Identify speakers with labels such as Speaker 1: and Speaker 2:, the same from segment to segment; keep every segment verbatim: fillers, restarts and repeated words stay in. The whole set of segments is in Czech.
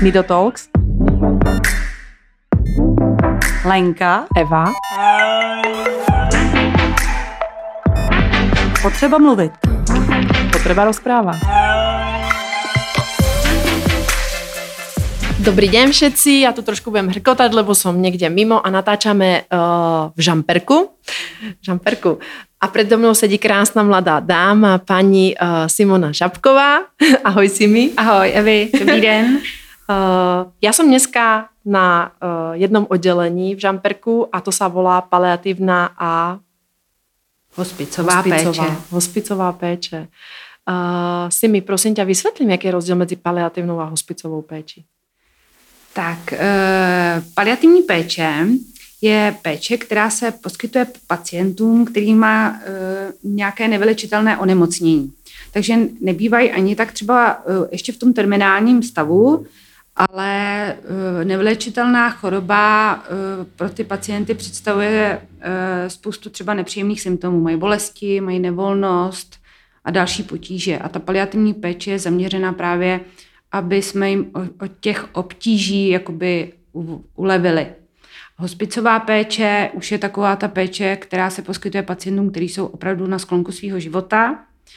Speaker 1: Nido Talks, Lenka, Eva. Potřeba mluvit. Potřeba rozprávat.
Speaker 2: Dobrý deň všetci, ja tu trošku budem hrkotať, lebo som niekde mimo a natáčame uh, v Žamperku. Žamperku. A predo mnou sedí krásna mladá dáma, pani uh, Simona Žabková. Ahoj Simi.
Speaker 3: Ahoj Evi, dobrý den.
Speaker 2: Uh, ja som dneska na uh, jednom oddelení v Žamperku a to sa volá paliatívna a
Speaker 3: hospicová,
Speaker 2: hospicová
Speaker 3: péče.
Speaker 2: Hospicová péče. Uh, Simi, prosím ťa, vysvetlím, jaký je rozdíl mezi paliatívnou a hospicovou péči.
Speaker 3: Tak, e, paliativní péče je péče, která se poskytuje pacientům, který má e, nějaké nevylečitelné onemocnění. Takže nebývají ani tak třeba e, ještě v tom terminálním stavu, ale e, nevylečitelná choroba e, pro ty pacienty představuje e, spoustu třeba nepříjemných symptomů. Mají bolesti, mají nevolnost a další potíže. A ta paliativní péče je zaměřená právě, aby jsme jim od těch obtíží jakoby ulevili. Hospicová péče už je taková ta péče, která se poskytuje pacientům, kteří jsou opravdu na sklonku svého života.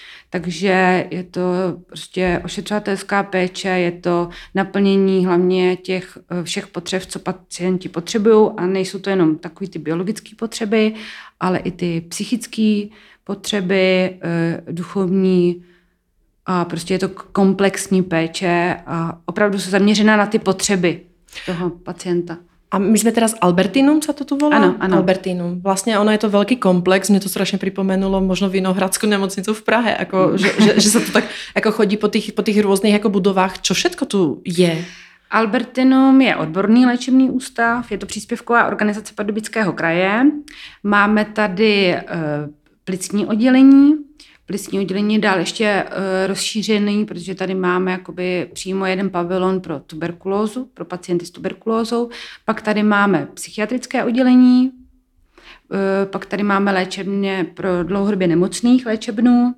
Speaker 3: Takže je to prostě ošetřovatelská péče, je to naplnění hlavně těch všech potřeb, co pacienti potřebují. A nejsou to jenom takové ty biologické potřeby, ale i ty psychické potřeby, duchovní. A prostě je to komplexní péče a opravdu se zaměřená na ty potřeby toho pacienta.
Speaker 2: A my sme teraz Albertinum, sa to tu volá?
Speaker 3: Áno, áno.
Speaker 2: Albertinum. Vlastne ono je to veľký komplex, mne to strašne pripomenulo možno Vinohradskú nemocnicu v Prahe, ako, že, že, že sa to tak ako chodí po tých, po tých rôznych ako budovách. Čo všetko tu je?
Speaker 3: Albertinum je odborný léčebný ústav, je to příspěvková organizace Pardubického kraje. Máme tady e, plicní oddělení. Plicní oddělení je dál ještě uh, rozšířený, protože tady máme jakoby přímo jeden pavilon pro tuberkulózu, pro pacienty s tuberkulózou. Pak tady máme psychiatrické oddělení, uh, pak tady máme léčebně pro dlouhodobě nemocných léčebnů.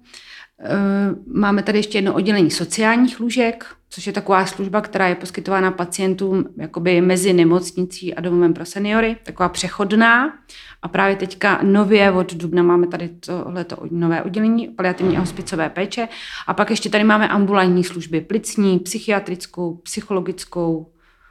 Speaker 3: Uh, máme tady ještě jedno oddělení sociálních lůžek, což je taková služba, která je poskytována pacientům jakoby mezi nemocnicí a domovem pro seniory, taková přechodná. A právě teďka nově od dubna máme tady tohleto nové oddělení paliativní a hospicové péče. A pak ještě tady máme ambulantní služby, plicní, psychiatrickou, psychologickou,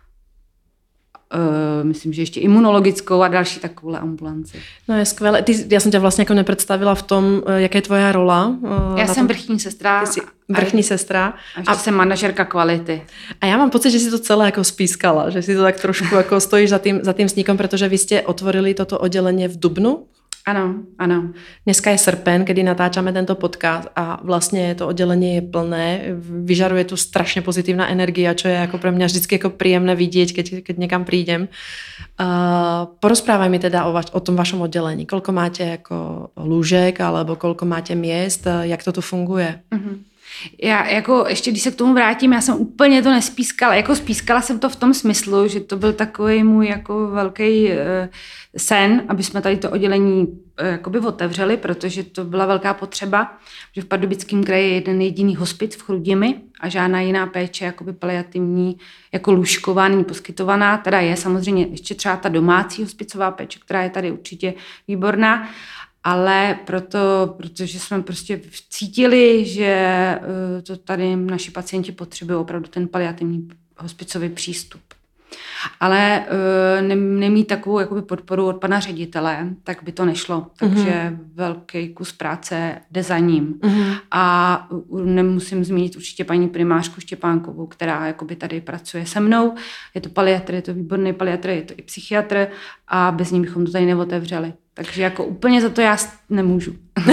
Speaker 3: Uh, myslím, že ještě imunologickou a další takovouhle ambulanci.
Speaker 2: No je skvělé. Ty, já jsem tě vlastně jako nepředstavila v tom, jaká je tvoja rola. Uh,
Speaker 3: já jsem tom... vrchní sestra.
Speaker 2: Ty jsi vrchní a, sestra.
Speaker 3: A ještě a... jsem manažerka kvality.
Speaker 2: A já mám pocit, že si to celé jako spískala, že si to tak trošku jako stojíš za tým, za tým vznikom, protože vy jste otvorili toto oddělení v dubnu.
Speaker 3: Ano, ano.
Speaker 2: Dneska je srpen, kedy natáčame tento podcast a vlastně to oddělení je plné, vyžaruje tu strašně pozitivná energia, čo je jako pro mě vždycky jako príjemné vidět, keď, keď někam prídem. Uh, porozprávaj mi teda o, vaš, o tom vašom oddělení. Kolko máte jako lůžek, alebo kolko máte měst, jak to tu funguje?
Speaker 3: Uh-huh. Já jako ještě, když se k tomu vrátím, já jsem úplně to nespískala. Jako spískala jsem to v tom smyslu, že to byl takový můj jako velký e, sen, aby jsme tady to oddělení e, jakoby otevřeli, protože to byla velká potřeba, že v Pardubickém kraji je jeden jediný hospic v Chrudimi a žádná jiná péče jakoby paliativní, jako lůžková není poskytovaná. Teda je samozřejmě ještě třeba ta domácí hospicová péče, která je tady určitě výborná. Ale proto, protože jsme prostě cítili, že to tady naši pacienti potřebují opravdu ten paliativní hospicový přístup. Ale ne, nemít takovou jakoby podporu od pana ředitele, tak by to nešlo. Takže mm-hmm. velký kus práce jde za ním. Mm-hmm. A nemusím zmínit určitě paní primářku Štěpánkovou, která jakoby tady pracuje se mnou. Je to paliatr, je to výborný paliatr, je to i psychiatr a bez ní bychom to tady neotevřeli. Takže jako úplně za to já nemůžu.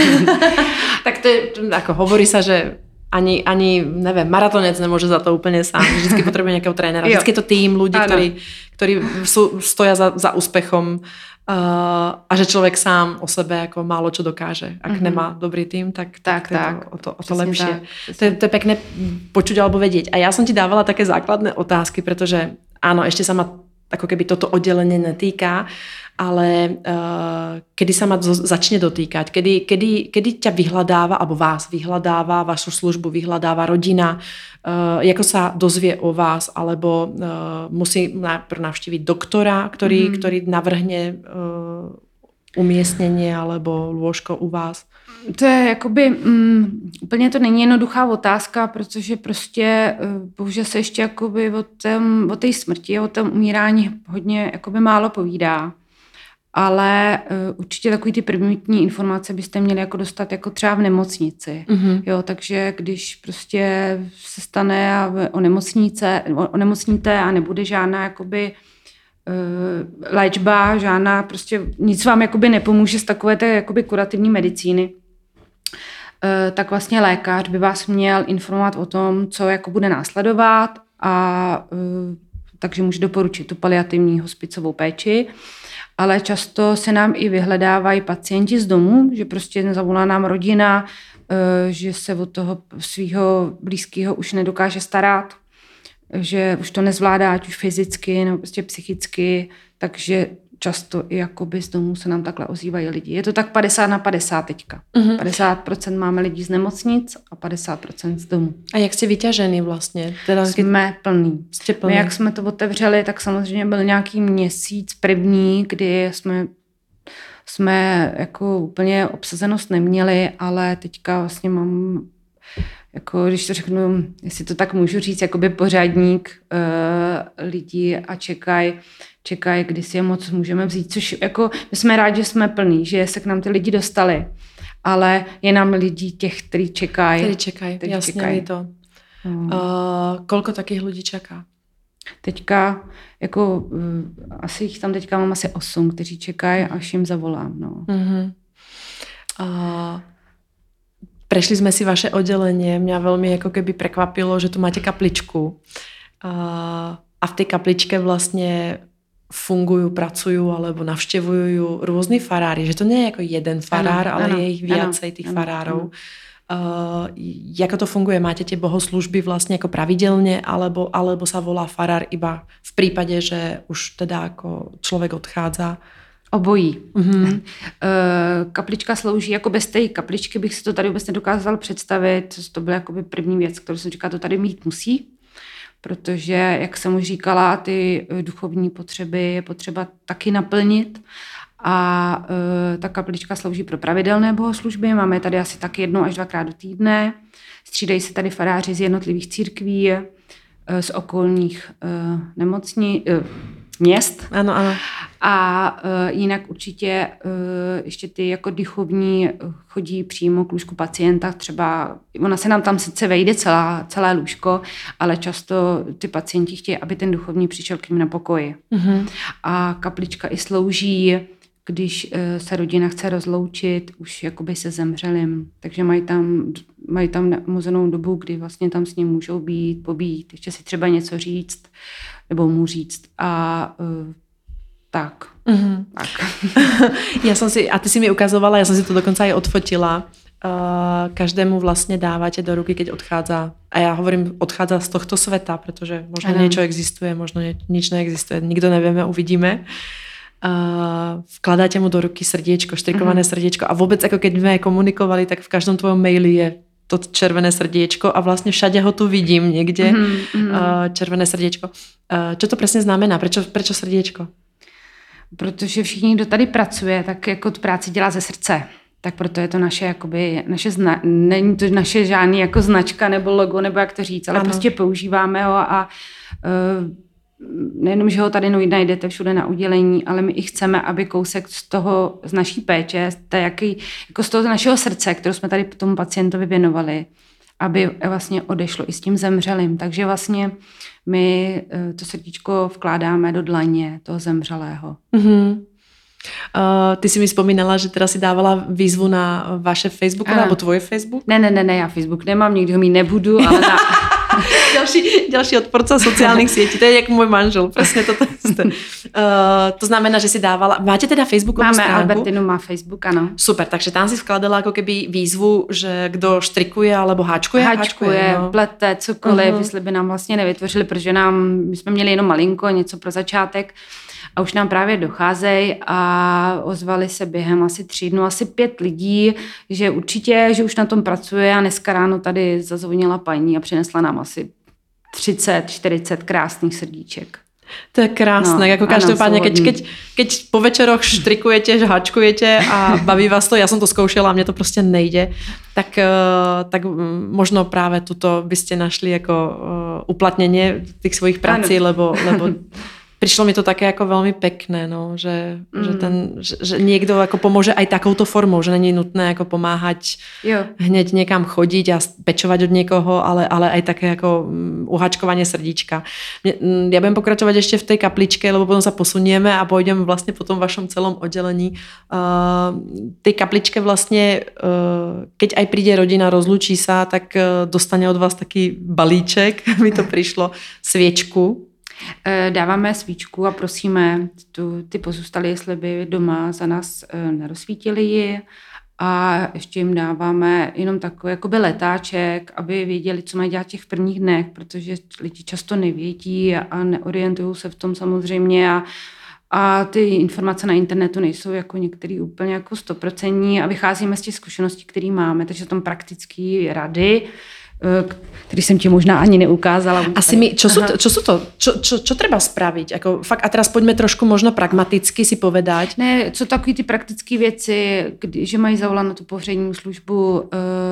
Speaker 2: Tak to je, jako hovorí sa, že ani, ani neviem, maratonec nemôže za to úplne sám. Vždycky potrebuje nejakého trénera. Vždycky je to tým ľudí, ktorí, ktorí sú, stoja za, za úspechom uh, a že človek sám o sebe jako málo čo dokáže. Ak mm-hmm. nemá dobrý tým, tak, tak, tak, tak o to, o to lepšie. Tak, to, je, to je pekné počuť alebo vedieť. A ja som ti dávala také základné otázky, pretože áno, ešte sa ma ako keby toto oddelenie netýka, ale uh, kedy sa ma do, začne dotýkať, kedy, kedy, kedy ťa vyhľadáva, alebo vás vyhľadáva, vašu službu vyhľadáva rodina, uh, ako sa dozvie o vás, alebo uh, musí najprv navštíviť doktora, ktorý, mm. ktorý navrhne uh, umiestnenie alebo lôžko u vás.
Speaker 3: To je jakoby, um, úplně to není jednoduchá otázka, protože prostě uh, bohužel se ještě jakoby o, tém, o té smrti, o tom umírání hodně jakoby málo povídá. Ale uh, určitě takový ty prvotní informace byste měli jako dostat jako třeba v nemocnici. Mm-hmm. Jo, takže když prostě se stane a onemocníte, onemocníte a nebude žádná jakoby uh, léčba, žádná prostě nic vám jakoby nepomůže z takové té jakoby kurativní medicíny, uh, tak vlastně lékař by vás měl informovat o tom, co jako bude následovat a uh, takže může doporučit tu paliativní hospicovou péči. Ale často se nám i vyhledávají pacienti z domu, že prostě zavolá nám rodina, že se od toho svého blízkého už nedokáže starat, že už to nezvládá, ať už fyzicky nebo prostě psychicky, takže často i jakoby z domu se nám takhle ozývají lidi. Je to tak padesát na padesát teďka. Uh-huh. padesát procent máme lidí z nemocnic a padesát procent z domu.
Speaker 2: A jak jste vyťažený vlastně? Teda
Speaker 3: jsme plný.
Speaker 2: plný.
Speaker 3: My jak jsme to otevřeli, tak samozřejmě byl nějaký měsíc první, kdy jsme, jsme jako úplně obsazenost neměli, ale teďka vlastně mám, jako když to řeknu, jestli to tak můžu říct, jakoby pořádník uh, lidí a čekají, čekají, kdy si je moc můžeme vzít, což jako my jsme rádi, že jsme plní, že se k nám ty lidi dostali, ale je nám lidí těch, kteří čekají.
Speaker 2: Kteří čekají, jasně čekaj. to. Hmm. Uh, kolko takých lidí čeká?
Speaker 3: Teďka, jako uh, asi jich tam teďka mám asi osm, kteří čekají, až jim zavolám. No.
Speaker 2: Uh-huh. Uh, prešli sme si vaše oddelenie, mňa veľmi ako keby prekvapilo, že tu máte kapličku. Uh, a v tej kapličke vlastne fungujú, pracujú alebo navštevujú ju rôzni farári. Že to nie je ako jeden farár, ano, ale ano, je ich viacej ano, tých ano, farárov. Ano. Uh, jako to funguje? Máte tie bohoslužby vlastne ako pravidelne alebo, alebo sa volá farár iba v prípade, že už teda ako človek odchádza?
Speaker 3: Obojí. Mm-hmm. Kaplička slouží, jako bez té kapličky bych si to tady vůbec nedokázal představit. To byla jakoby první věc, kterou jsem říkala, to tady mít musí. Protože, jak jsem už říkala, ty duchovní potřeby je potřeba taky naplnit. A e, ta kaplička slouží pro pravidelné bohoslužby. Máme tady asi tak jednou až dvakrát do týdne. Střídají se tady faráři z jednotlivých církví, e, z okolních e, nemocní, e, měst.
Speaker 2: Ano, ano.
Speaker 3: A e, jinak určitě e, ještě ty jako duchovní chodí přímo k lůžku pacienta. Třeba, ona se nám tam sice vejde celá, celé lůžko, ale často ty pacienti chtějí, aby ten duchovní přišel k ním na pokoji. Mm-hmm. A kaplička i slouží, když e, se rodina chce rozloučit už jakoby se zemřelým. Takže mají tam, mají tam omezenou dobu, kdy vlastně tam s ním můžou být, pobít, ještě si třeba něco říct, nebo mu říct. A e, tak. Mm-hmm. tak.
Speaker 2: Ja som si, a ty si mi ukazovala, ja som si to dokonca aj odfotila. Uh, každému vlastne dávate do ruky, keď odchádza. A ja hovorím, odchádza z tohto sveta, pretože možno ano. niečo existuje, možno nie, nič neexistuje. Nikto nevieme, uvidíme. Uh, vkladáte mu do ruky srdiečko, štrikované mm-hmm. srdiečko. A vôbec, ako keď sme aj komunikovali, tak v každom tvojom maili je to červené srdiečko a vlastne všade ho tu vidím niekde. Mm-hmm. Uh, červené srdiečko. Uh, čo to presne znamená? Prečo, prečo srdiečko?
Speaker 3: Protože všichni, kdo tady pracuje, tak jako tu práci dělá ze srdce. Tak proto je to naše, jakoby, naše zna, není to naše žádný jako značka nebo logo, nebo jak to říct, ale ano. prostě používáme ho a uh, nejenom, že ho tady najdete všude na udělení, ale my i chceme, aby kousek z toho, z naší péče, z, té, jaký, jako z toho našeho srdce, kterou jsme tady tomu pacientovi věnovali, aby vlastně odešlo i s tím zemřelým. Takže vlastně my to srdíčko vkládáme do dlaně toho zemřelého. Mm-hmm.
Speaker 2: Uh, ty si mi vzpomínala, že teda si dávala výzvu na vaše Facebook, nebo tvoje Facebook?
Speaker 3: Ne, ne, ne, ne, já Facebook nemám, nikdy ho mít nebudu, ale na,
Speaker 2: Další, další odporca sociálnych sietí, to je jak môj manžel, presne toto. Uh, to znamená, že si dávala, máte teda Facebookovú
Speaker 3: Máme,
Speaker 2: stránku?
Speaker 3: Albertinu má Facebook, ano.
Speaker 2: Super, takže tam si vkladala ako keby výzvu, že kdo štrikuje alebo háčkuje?
Speaker 3: Háčkuje, háčkuje no. Plete, cokoliv, uh-huh. jestli by nám vlastně nevytvořili, protože nám, my jsme měli jenom malinko, něco pro začátek a už nám právě docházejí a ozvali se během asi tří dnů, asi pět lidí, že určitě, že už na tom pracuje a dneska ráno tady zazvonila paní a přinesla nám asi třicet čtyřicet krásných srdíček.
Speaker 2: To je krásne, no, ako každopádne, keď, keď, keď po večeroch štrikujete, že háčkujete a baví vás to, ja som to skúšala a mne to proste nejde, tak, tak možno práve tuto by ste našli ako uplatnenie tých svojich prací, lebo, lebo prišlo mi to také ako veľmi pekné, no, že, mm. že, ten, že, že niekto ako pomôže aj takouto formou, že není nutné ako pomáhať jo. hneď niekam chodiť a pečovať od niekoho, ale, ale aj také ako uhačkovanie srdíčka. Ja budem pokračovať ešte v tej kapličke, lebo potom sa posunieme a pôjdem vlastne po tom vašom celom oddelení. Uh, tej kapličke vlastne, uh, keď aj príde rodina, rozlúčí sa, tak uh, dostane od vás taký balíček, mi to prišlo, sviečku.
Speaker 3: Dáváme svíčku a prosíme tu, ty pozůstalé, jestli by doma za nás nerozsvítili ji a ještě jim dáváme jenom takový jakoby letáček, aby věděli, co mají dělat v těch prvních dnech, protože lidi často nevědí a neorientují se v tom samozřejmě a, a ty informace na internetu nejsou jako některý úplně jako stoprocentní a vycházíme z těch zkušeností, které máme, takže tam praktické rady, ktorý som ti možná ani neukázala.
Speaker 2: Asi mi, čo, sú to, čo sú to? Čo, čo, čo treba spraviť? Ako, fakt, a teraz poďme trošku možno pragmaticky si povedať.
Speaker 3: Ne, co takový ty praktické věci, kdy, že mají zavolat na tu pohřební službu, uh,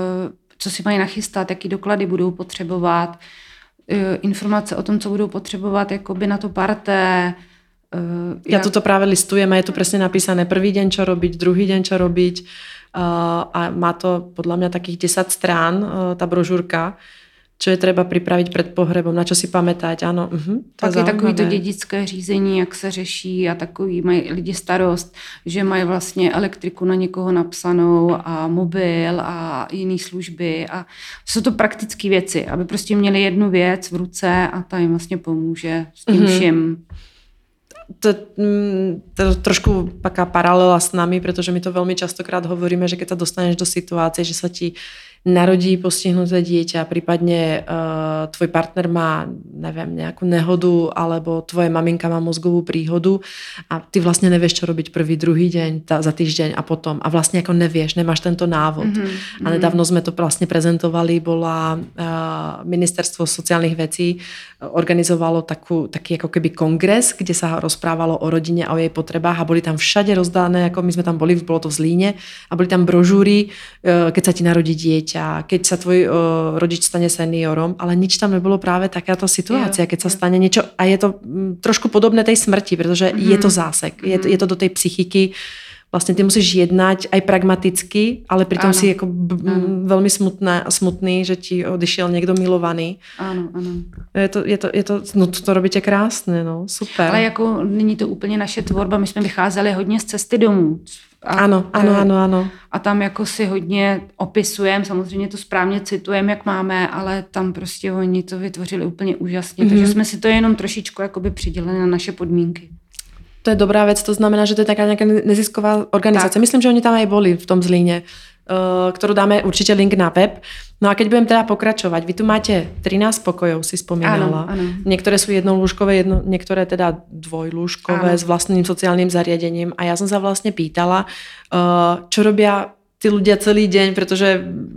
Speaker 3: co si mají nachystat, jaký doklady budou potřebovat, uh, informace o tom, co budou potřebovat jakoby na to parté.
Speaker 2: Uh, ja jak... toto práve listujem a je tu presne napísané prvý deň, čo robiť, druhý deň, čo robiť. Uh, a má to podľa mňa takých desať strán, uh, tá brožúrka, čo je treba pripraviť pred pohrebom, na čo si pamätať, áno. Uh-huh,
Speaker 3: Pak je takový to dědické řízení, jak se řeší a takový mají lidi starost, že mají vlastně elektriku na někoho napsanou a mobil a jiné služby a jsou to praktické věci, aby prostě měli jednu věc v ruce a ta jim vlastně pomůže s tím uh-huh. vším.
Speaker 2: To, to trošku taká paralela s nami, pretože my to veľmi častokrát hovoríme, že keď sa dostaneš do situácie, že sa ti narodí postihnuté dieťa, prípadne uh, tvoj partner má, neviem, nejakú nehodu, alebo tvoje maminka má mozgovú príhodu a ty vlastne nevieš, čo robiť prvý, druhý deň, tá, za týždeň a potom. A vlastne ako nevieš, nemáš tento návod. Mm-hmm. A nedávno sme to vlastne prezentovali, bola uh, ministerstvo sociálnych vecí, organizovalo takú, taký ako keby kongres, kde sa rozprávalo o rodine a o jej potrebách a boli tam všade rozdané, ako my sme tam boli, bolo to v Zlíne a boli tam brožúry, uh, keď sa ti narodí dieťa, keď sa tvoj o, rodič stane seniorom, ale nič tam nebolo práve takáto situácia, keď sa stane niečo a je to m, trošku podobné tej smrti, pretože mm-hmm. je to zásek, je to, je to do tej psychiky, vlastne ty musíš jednať aj pragmaticky, ale pritom áno. si ako b- m, veľmi smutná, smutný, že ti odišiel niekto milovaný.
Speaker 3: Áno, áno.
Speaker 2: Je to, je to, je to, no to, to robíte krásne, no, super.
Speaker 3: Ale jako není to úplně naše tvorba, my jsme vycházeli hodně z cesty domů.
Speaker 2: A, ano, ano, ano, ano.
Speaker 3: A tam jako si hodně opisujeme, samozřejmě to správně citujeme, jak máme, ale tam prostě oni to vytvořili úplně úžasně, mm-hmm. takže jsme si to jenom trošičku jakoby přidělili na naše podmínky.
Speaker 2: To je dobrá vec, to znamená, že to je taká nejaká nezisková organizácia. Tak. Myslím, že oni tam aj boli v tom Zlíne, ktorú dáme určite link na web. No a keď budem teda pokračovať, vy tu máte trinásť pokojov, si spomínala.
Speaker 3: Áno, áno.
Speaker 2: Niektoré sú jednolúžkové, jedno, niektoré teda dvojlúžkové áno. s vlastným sociálnym zariadením. A ja som sa vlastne pýtala, čo robia tí ľudia celý deň, pretože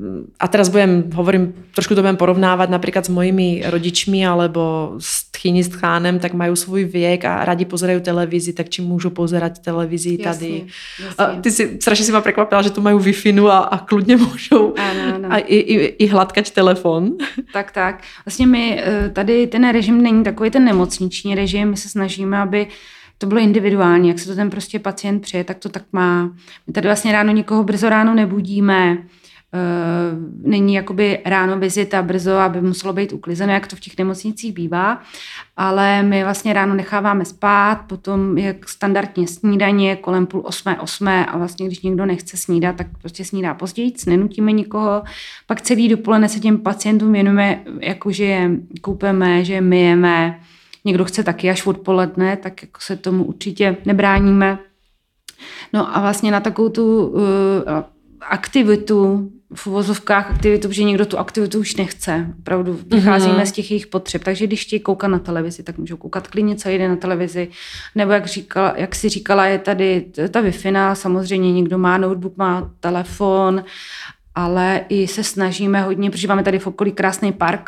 Speaker 2: a teraz budem, hovorím, trošku to budem porovnávať napríklad s mojimi rodičmi alebo s tchyni s tchánem, tak majú svoj viek a radi pozerajú televízii, tak či môžu pozerať televízii
Speaker 3: jasne,
Speaker 2: tady.
Speaker 3: Jasne.
Speaker 2: A ty si strašne si ma prekvapila, že tu majú Wi-Fi a, a kľudne môžu
Speaker 3: ano, ano.
Speaker 2: A i, i, i hladkať telefon.
Speaker 3: Tak, tak. Vlastně my tady ten režim není takový ten nemocniční režim, my se snažíme, aby to bylo individuální, jak se to ten prostě pacient přeje, tak to tak má. My tady vlastně ráno nikoho brzo ráno nebudíme, není jakoby ráno vizita brzo, aby muselo být uklizeno, jak to v těch nemocnicích bývá, ale my vlastně ráno necháváme spát, potom je standardně snídaně kolem půl osmé, osmé a vlastně když někdo nechce snídat, tak prostě snídá později, nenutíme nikoho. Pak celý dopoledne se těm pacientům věnujeme, jako že je koupeme, že je myjeme. Někdo chce taky až odpoledne, tak jako se tomu určitě nebráníme. No a vlastně na takovou tu uh, aktivitu, v uvozovkách aktivitu, protože někdo tu aktivitu už nechce. Opravdu vycházíme mm-hmm. z těch jejich potřeb. Takže když chtějí koukat na televizi, tak můžou koukat klidně celý den na televizi. Nebo jak, říkala, jak si říkala, je tady ta Wi-Fi, samozřejmě někdo má notebook, má telefon, ale i se snažíme hodně, protože máme tady v okolí krásný park.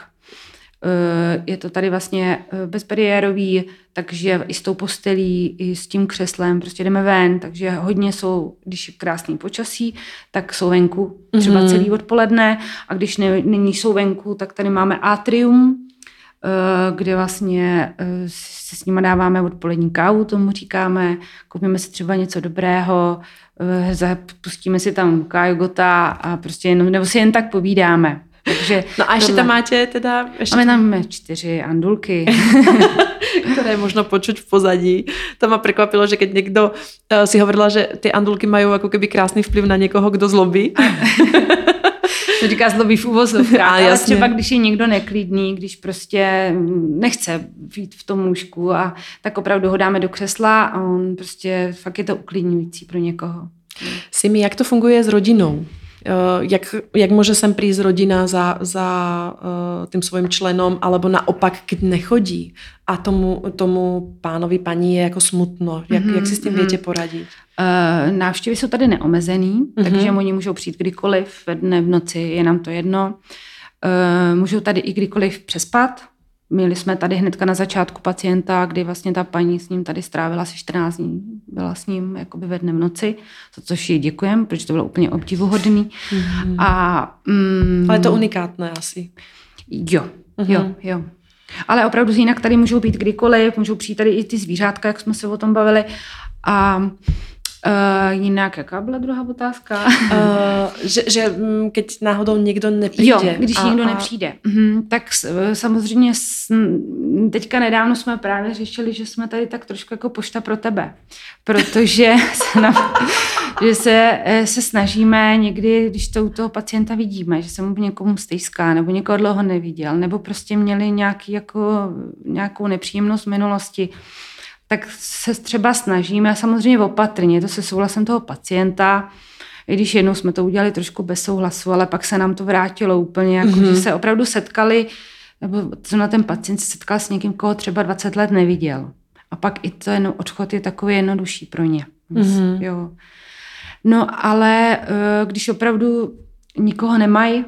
Speaker 3: Je to tady vlastně bezbariérový, takže i s tou postelí, i s tím křeslem prostě jdeme ven, takže hodně jsou, když je krásný počasí, tak jsou venku třeba mm-hmm. celý odpoledne a když ne, není jsou venku, tak tady máme atrium, kde vlastně se s nimi dáváme odpolední kávu, tomu říkáme, koupíme si třeba něco dobrého, pustíme si tam kajogota a prostě jenom, nebo si jen tak povídáme. Takže
Speaker 2: no a ještě tohle... tam máte teda... Ještě...
Speaker 3: Máme tam čtyři andulky.
Speaker 2: Které možno počuť v pozadí. To ma prekvapilo, že keď niekto uh, si hovorila, že ty andulky majú ako keby krásny vplyv na někoho, kdo zlobí.
Speaker 3: To říká zlobí v uvozovkách. Ale třeba když je někdo neklidný, když prostě nechce být v tom lůžku, a tak opravdu ho dáme do křesla a on prostě fakt je to uklidňující pro někoho.
Speaker 2: Simi, jak to funguje s rodinou? Jak, jak môže sem prísť rodina za, za uh, tým svojim členom, alebo naopak, keď nechodí a tomu, tomu pánovi, paní je jako smutno. Jak, mm-hmm, jak si s tím mm-hmm. viete poradiť?
Speaker 3: Uh, návštěvy jsou tady neomezený, mm-hmm. takže oni můžou přijít kdykoliv, ve dne, v noci, je nám to jedno. Uh, můžou tady i kdykoliv přespat. Měli jsme tady hnedka na začátku pacienta, kdy vlastně ta paní s ním tady strávila asi čtrnáct dní. Byla s ním jakoby ve dne v noci, za což jí děkujem, protože to bylo úplně obdivuhodný. Mm-hmm. A, mm,
Speaker 2: ale to unikátné asi.
Speaker 3: Jo, mm-hmm. jo, jo. Ale opravdu jinak tady můžou být kdykoliv, můžou přijít tady i ty zvířátka, jak jsme se o tom bavili. A Uh, jinak, jaká byla druhá otázka?
Speaker 2: Uh, že, že keď náhodou někdo nepřijde.
Speaker 3: Jo, když a, někdo a... nepřijde. Uh, tak samozřejmě teďka nedávno jsme právě řešili, že jsme tady tak trošku jako pošta pro tebe. Protože se, nám, že se, se snažíme někdy, když to u toho pacienta vidíme, že se mu někomu stejská, nebo někoho dlouho neviděl, nebo prostě měli nějaký jako, nějakou nepříjemnost v minulosti, tak se třeba snažíme, samozřejmě opatrně, to se souhlasem toho pacienta, i když jednou jsme to udělali trošku bez souhlasu, ale pak se nám to vrátilo úplně, jako, mm-hmm. že se opravdu setkali, nebo na ten pacient se setkal s někým, koho třeba dvacet let neviděl. A pak i ten odchod je takový jednodušší pro ně. Mm-hmm. Jo. No ale když opravdu nikoho nemají,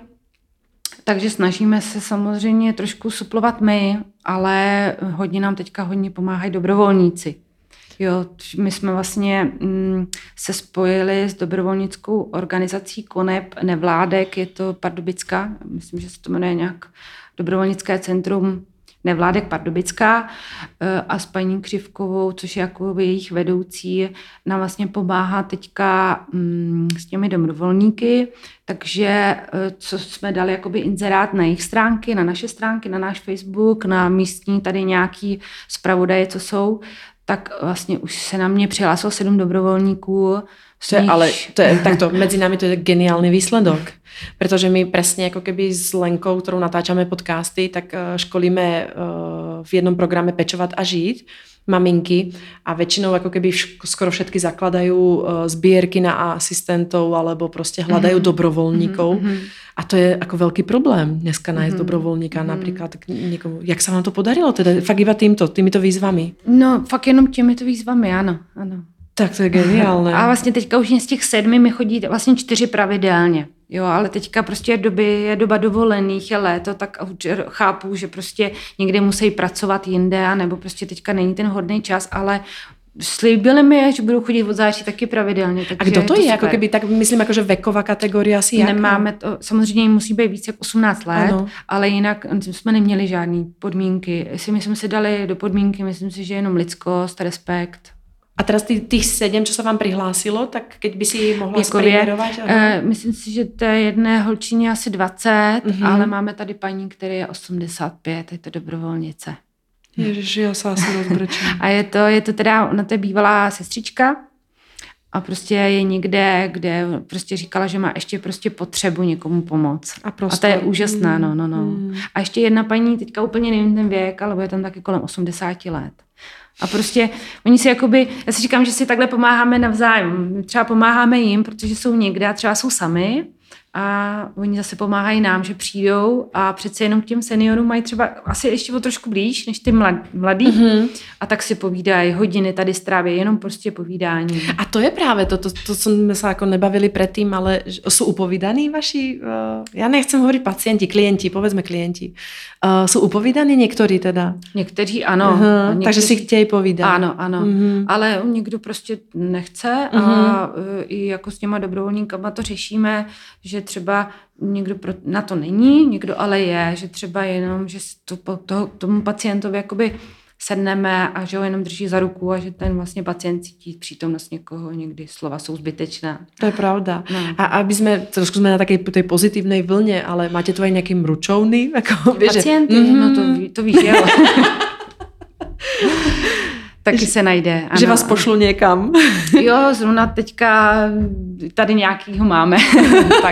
Speaker 3: takže snažíme se samozřejmě trošku suplovat my, ale hodně nám teďka hodně pomáhají dobrovolníci. Jo, my jsme vlastně mm, se spojili s dobrovolnickou organizací Konep nevládek, je to Pardubická, myslím, že se to jmenuje nějak Dobrovolnické centrum nevládek Pardubická a s paní Křivkovou, což je jako jejich vedoucí, nám vlastně pomáhá teďka mm, s těmi dobrovolníky, takže co jsme dali jakoby inzerát na jejich stránky, na naše stránky, na náš Facebook, na místní tady nějaký zpravodaje, co jsou, tak vlastně už se na mě přihlásilo sedm dobrovolníků.
Speaker 2: To je, ale to je, takto, medzi nami to je geniálny výsledok, pretože my presne ako keby s Lenkou, ktorou natáčame podcasty, tak školíme v jednom programe Pečovať a žiť maminky a väčšinou ako keby skoro všetky zakladajú zbierky na asistentov alebo proste hľadajú mm-hmm. dobrovoľníkov mm-hmm. a to je ako veľký problém dneska nájsť mm-hmm. dobrovoľníka mm-hmm. napríklad niekomu. Jak sa vám to podarilo? Teda fakt iba týmto, týmito výzvami?
Speaker 3: No fakt jenom těmito výzvami, ano, ano.
Speaker 2: Tak to je geniálne.
Speaker 3: A vlastně teďka už z těch sedmi mi chodí vlastně čtyři pravidelně. Jo, ale teďka prostě je, doby, je doba dovolených, je léto, tak chápu, že prostě někde musí pracovat jinde, nebo prostě teďka není ten hodný čas, ale slíbili mi, že budou chodit od září taky pravidelně.
Speaker 2: A kdo to je? to jako keby, tak myslím, jako, že veková kategorie asi jak?
Speaker 3: Nemáme to, samozřejmě musí být víc jak osmnáct let, ano. Ale jinak jsme neměli žádný podmínky. Jestli my jsme si dali do podmínky, myslím si, že jenom lidskost, respekt.
Speaker 2: A teraz tých, tých sedem, čo sa vám prihlásilo, tak keď by si mohla spremerovať?
Speaker 3: Uh, myslím si, že to je jedné holčině asi dvacet, mm-hmm. ale máme tady paní, který je osmdesát pět, je to dobrovolnice.
Speaker 2: Ježiši, já se asi rozbrečím.
Speaker 3: A je to, je to teda, ona to je bývalá sestřička a prostě je někde, kde prostě říkala, že má ještě prostě potřebu někomu pomoct. A, a to je úžasná, mm. no, no, no. Mm. A ještě jedna paní, teďka úplně nevím ten věk, ale bude tam taky kolem osmdesáti let. A prostě oni si jakoby, já si říkám, že si takhle pomáháme navzájem. Třeba pomáháme jim, protože jsou někde a třeba jsou sami a oni zase pomáhají nám, že přijdou a přece jenom k těm seniorům mají třeba asi ještě o trošku blíž než ty mladí mm-hmm. a tak si povídají, hodiny tady stráví, jenom prostě povídání.
Speaker 2: A to je právě to, to, to co jsme se jako nebavili předtím, ale jsou upovídaní vaši, uh, já nechcem hovoriť pacienti, klienti, povedzme klienti, uh, jsou upovídaní někteří teda?
Speaker 3: Někteří ano.
Speaker 2: Uh-huh.
Speaker 3: Někteří...
Speaker 2: Takže si chtějí povídat.
Speaker 3: Ano, ano, uh-huh. ale někdo prostě nechce uh-huh. a uh, i jako s těma dobrovolníkama to řešíme, že třeba někdo na to není, někdo ale je, že třeba jenom, že to, to, tomu pacientovi jakoby sedneme a že ho jenom drží za ruku a že ten vlastně pacient cítí přítomnost někoho, někdy slova jsou zbytečná.
Speaker 2: To je pravda. No. A aby jsme, trošku jsme na také tej pozitívnej vlně, ale máte tu aj nejaký mručovný? Jako,
Speaker 3: pacienty, že... no to, to víš, jo. Taky se najde. Ano.
Speaker 2: Že vás pošlu někam.
Speaker 3: Jo, zrovna teďka tady nějakýho máme. Tak.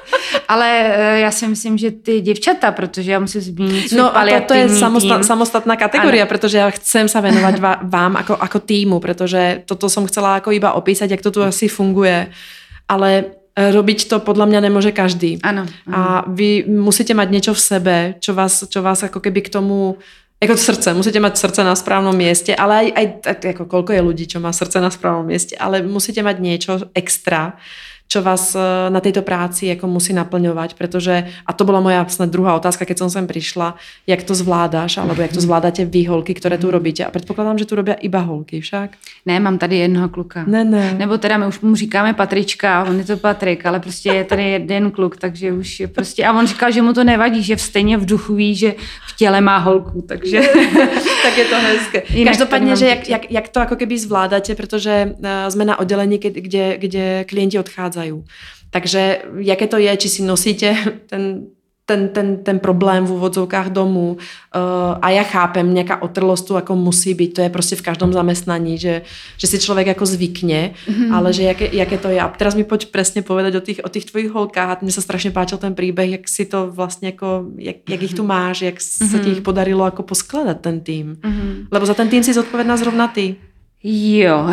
Speaker 3: Ale já si myslím, že ty děvčata, protože já musím zmínit svůj
Speaker 2: no
Speaker 3: paliativní
Speaker 2: to je samosta-
Speaker 3: tým.
Speaker 2: samostatná kategória, ano. Protože ja chcem sa venovať vám ako, ako týmu, pretože toto som chcela ako iba opísať, jak to tu asi funguje. Ale robiť to podľa mňa nemôže každý.
Speaker 3: Ano, ano.
Speaker 2: A vy musíte mať niečo v sebe, čo vás, čo vás ako keby k tomu... Jako srdce, musíte mať srdce na správnom mieste, ale aj, aj tak, ako koľko je ľudí, čo má srdce na správnom mieste, ale musíte mať niečo extra, čo vás na tejto práci jako musí naplňovať, pretože, a to bola moja snad druhá otázka, keď som sem prišla, jak to zvládáš, alebo jak to zvládate vy holky, ktoré tu robíte. A predpokladám, že tu robia iba holky však.
Speaker 3: Ne, mám tady jednoho kluka.
Speaker 2: Ne, ne.
Speaker 3: Nebo teda my už mu říkáme Patrička, on je to Patrik, ale prostě je tady jeden kluk, takže už je prostě, a on říkal, že mu to nevadí, že v stejně v duchu ví, že v těle má holku, takže...
Speaker 2: Tak je to hezké. Každopádně, že jak, jak, jak to ako keby zvládate, protože sme na oddelení, kde, kde klienti odchádzajú. Takže jaké to je, či si nosíte ten, ten, ten, ten problém v úvodzovkách domů uh, a já chápem, nějaká otrlost tu jako musí být, to je prostě v každém zaměstnaní, že, že si člověk jako zvykne, mm-hmm. ale že jaké, jaké to je. A teraz mi poď presne povedať o tých, o tých tvojich holkách a mne sa strašně páčil ten príbeh, jak si to vlastně jako, jak, jak ich tu máš, jak mm-hmm. se ti ich podarilo jako poskladat ten tým. Mm-hmm. Lebo za ten tým si zodpovědná zrovna ty.
Speaker 3: Jo,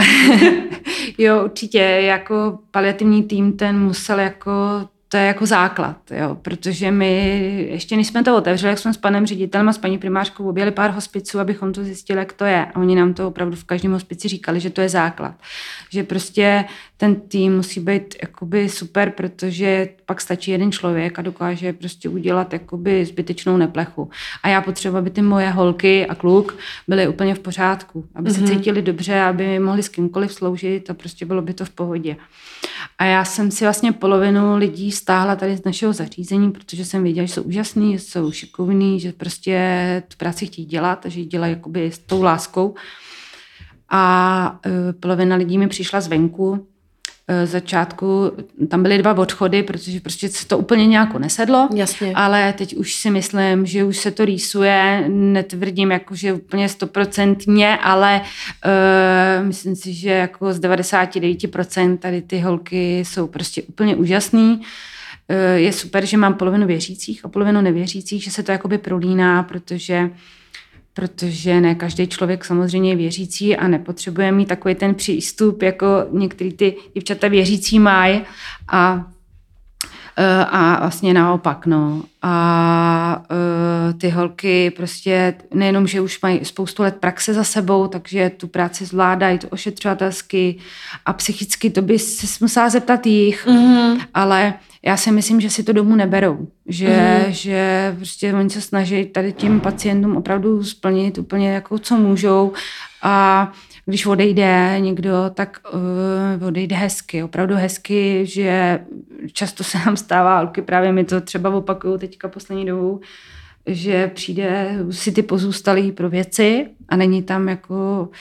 Speaker 3: jo, určitě, jako paliativní tým ten musel jako, to je jako základ, jo, protože my, ještě než jsme to otevřeli, jak jsme s panem ředitelem a s paní primářkou objeli pár hospiců, abychom to zjistili, jak to je. A oni nám to opravdu v každém hospici říkali, že to je základ. Že prostě ten tým musí být jakoby super, protože pak stačí jeden člověk a dokáže prostě udělat jakoby zbytečnou neplechu. A já potřebuji, aby ty moje holky a kluk byly úplně v pořádku, aby mm-hmm. se cítili dobře, aby mohli s kýmkoliv sloužit a prostě bylo by to v pohodě. A já jsem si vlastně polovinu lidí stáhla tady z našeho zařízení, protože jsem věděla, že jsou úžasný, že jsou šikovní, že prostě tu práci chtějí dělat a že ji dělají jakoby s tou láskou. A e, polovina lidí mi přišla zvenku. E, začátku tam byly dva odchody, protože prostě se to úplně nějak nesedlo.
Speaker 2: Jasně.
Speaker 3: Ale teď už si myslím, že už se to rýsuje. Netvrdím jako, že úplně stoprocentně, ale e, myslím si, že jako z devadesát devět procent tady ty holky jsou prostě úplně úžasný. E, je super, že mám polovinu věřících a polovinu nevěřících, že se to jakoby prolíná, protože protože ne každý člověk samozřejmě je věřící a nepotřebuje mít takový ten přístup, jako některý ty děvčata věřící mají a, a vlastně naopak, no. A ty holky prostě nejenom, že už mají spoustu let praxe za sebou, takže tu práci zvládají, to ošetřovatelsky a psychicky, to by se musela zeptat jich, mm-hmm. ale já si myslím, že si to domů neberou, že, mm-hmm. že prostě oni se snaží tady těm pacientům opravdu splnit úplně jako co můžou a když odejde někdo, tak uh, odejde hezky, opravdu hezky, že často se nám stává, holky právě mi to třeba opakují teďka poslední dobou, že přijde si ty pozůstalý pro věci a není tam jako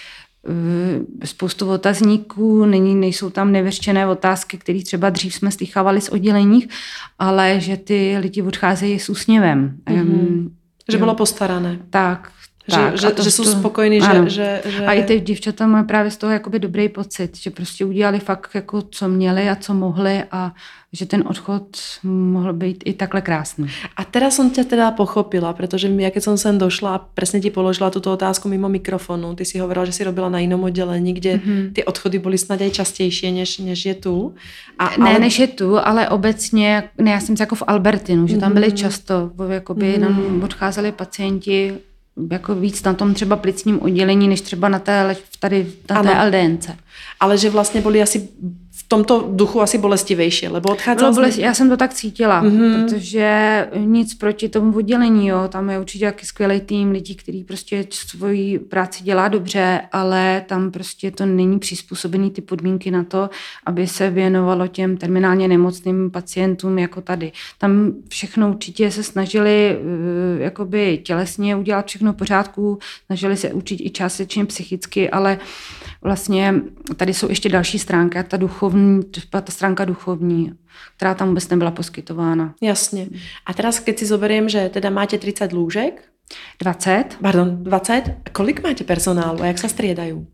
Speaker 3: spoustu otazníků, není, nejsou tam nevyřčené otázky, které třeba dřív jsme slychávali z odděleních, ale že ty lidi odcházejí s úsměvem.
Speaker 2: Mm-hmm. Že bylo postarané.
Speaker 3: Tak.
Speaker 2: Že,
Speaker 3: tak,
Speaker 2: že,
Speaker 3: to,
Speaker 2: že jsou
Speaker 3: to,
Speaker 2: spokojní, že, že, že...
Speaker 3: A i ty děvčata mají právě z toho jakoby dobrý pocit, že prostě udělali fakt jako co měli a co mohli a že ten odchod mohl být i takhle krásný.
Speaker 2: A teraz som ťa teda pochopila, pretože ja keď som sem došla a presne ti položila túto otázku mimo mikrofonu, ty si hovorila, že si robila na inom oddelení, kde mm-hmm. ty odchody boli snad aj častejšie, než, než je tu. A,
Speaker 3: ne,
Speaker 2: ale...
Speaker 3: než je tu, ale obecně, ne, já jsem jako v Albertinu, že tam byli mm-hmm. často, jakoby mm-hmm. nám odcházeli pacienti jako víc na tom třeba plicním oddělení, než třeba na té, tady na té el dé en ce.
Speaker 2: Ale že vlastně byli asi v tomto duchu asi bolestivejší, lebo odchádzala...
Speaker 3: Bolest, já jsem to tak cítila, mm-hmm. protože nic proti tomu oddělení, jo, tam je určitě jaký skvělý tým lidí, který prostě svoji práci dělá dobře, ale tam prostě to není přizpůsobený ty podmínky na to, aby se věnovalo těm terminálně nemocným pacientům jako tady. Tam všechno určitě se snažili jakoby tělesně udělat všechno v pořádku, snažili se učit i částečně psychicky, ale vlastně tady jsou ještě další stránky, a ta duchovní, ta stránka duchovní, která tam vůbec nebyla poskytována.
Speaker 2: Jasně. A teraz, keď si zoberiem, že teda máte tridsať lůžek?
Speaker 3: dvacet.
Speaker 2: Pardon, dvacet. A kolik máte personálu a jak se striedají?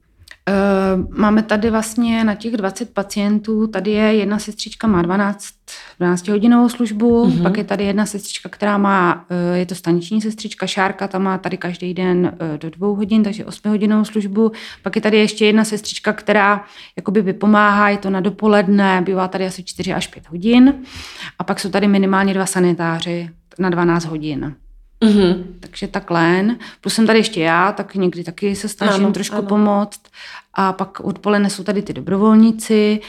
Speaker 3: Máme tady vlastně na těch dvacet pacientů, tady je jedna sestřička, má dvanáct hodinovou službu, mm-hmm. pak je tady jedna sestřička, která má, je to staniční sestřička Šárka, ta má tady každý den do dvou hodin, takže osmihodinovou službu, pak je tady ještě jedna sestřička, která jakoby vypomáhá, je to na dopoledne, bývá tady asi čtyři až pět hodin a pak jsou tady minimálně dva sanitáři na dvanáct hodin. Mm-hmm. Takže takhle. Plus jsem tady ještě já, tak někdy taky se snažím ano, trošku ano. pomoct. A pak odpoledne jsou tady ty dobrovolníci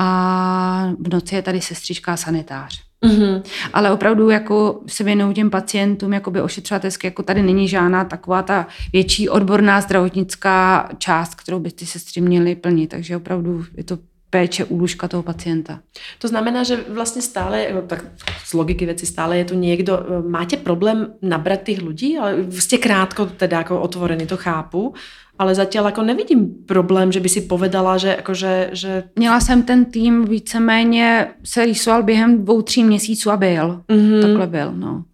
Speaker 3: a v noci je tady sestřička a sanitář. Mm-hmm. Ale opravdu jako se věnuju těm pacientům jakoby ošetřovatelské, jako tady není žádná taková ta větší odborná zdravotnická část, kterou by ty sestry měly plnit. Takže opravdu je to péče u lůžka toho pacienta.
Speaker 2: To znamená, že vlastně stále, tak z logiky věci stále je tu někdo, máte problém nabrat těch lidí, ale jste krátko teda jako otvorený, to chápu, ale zatím jako nevidím problém, že by si povedala, že jakože, že...
Speaker 3: Měla jsem ten tým víceméně se rýsoval během dvou, tří měsíců a byl. Mm-hmm. Takhle byl, no.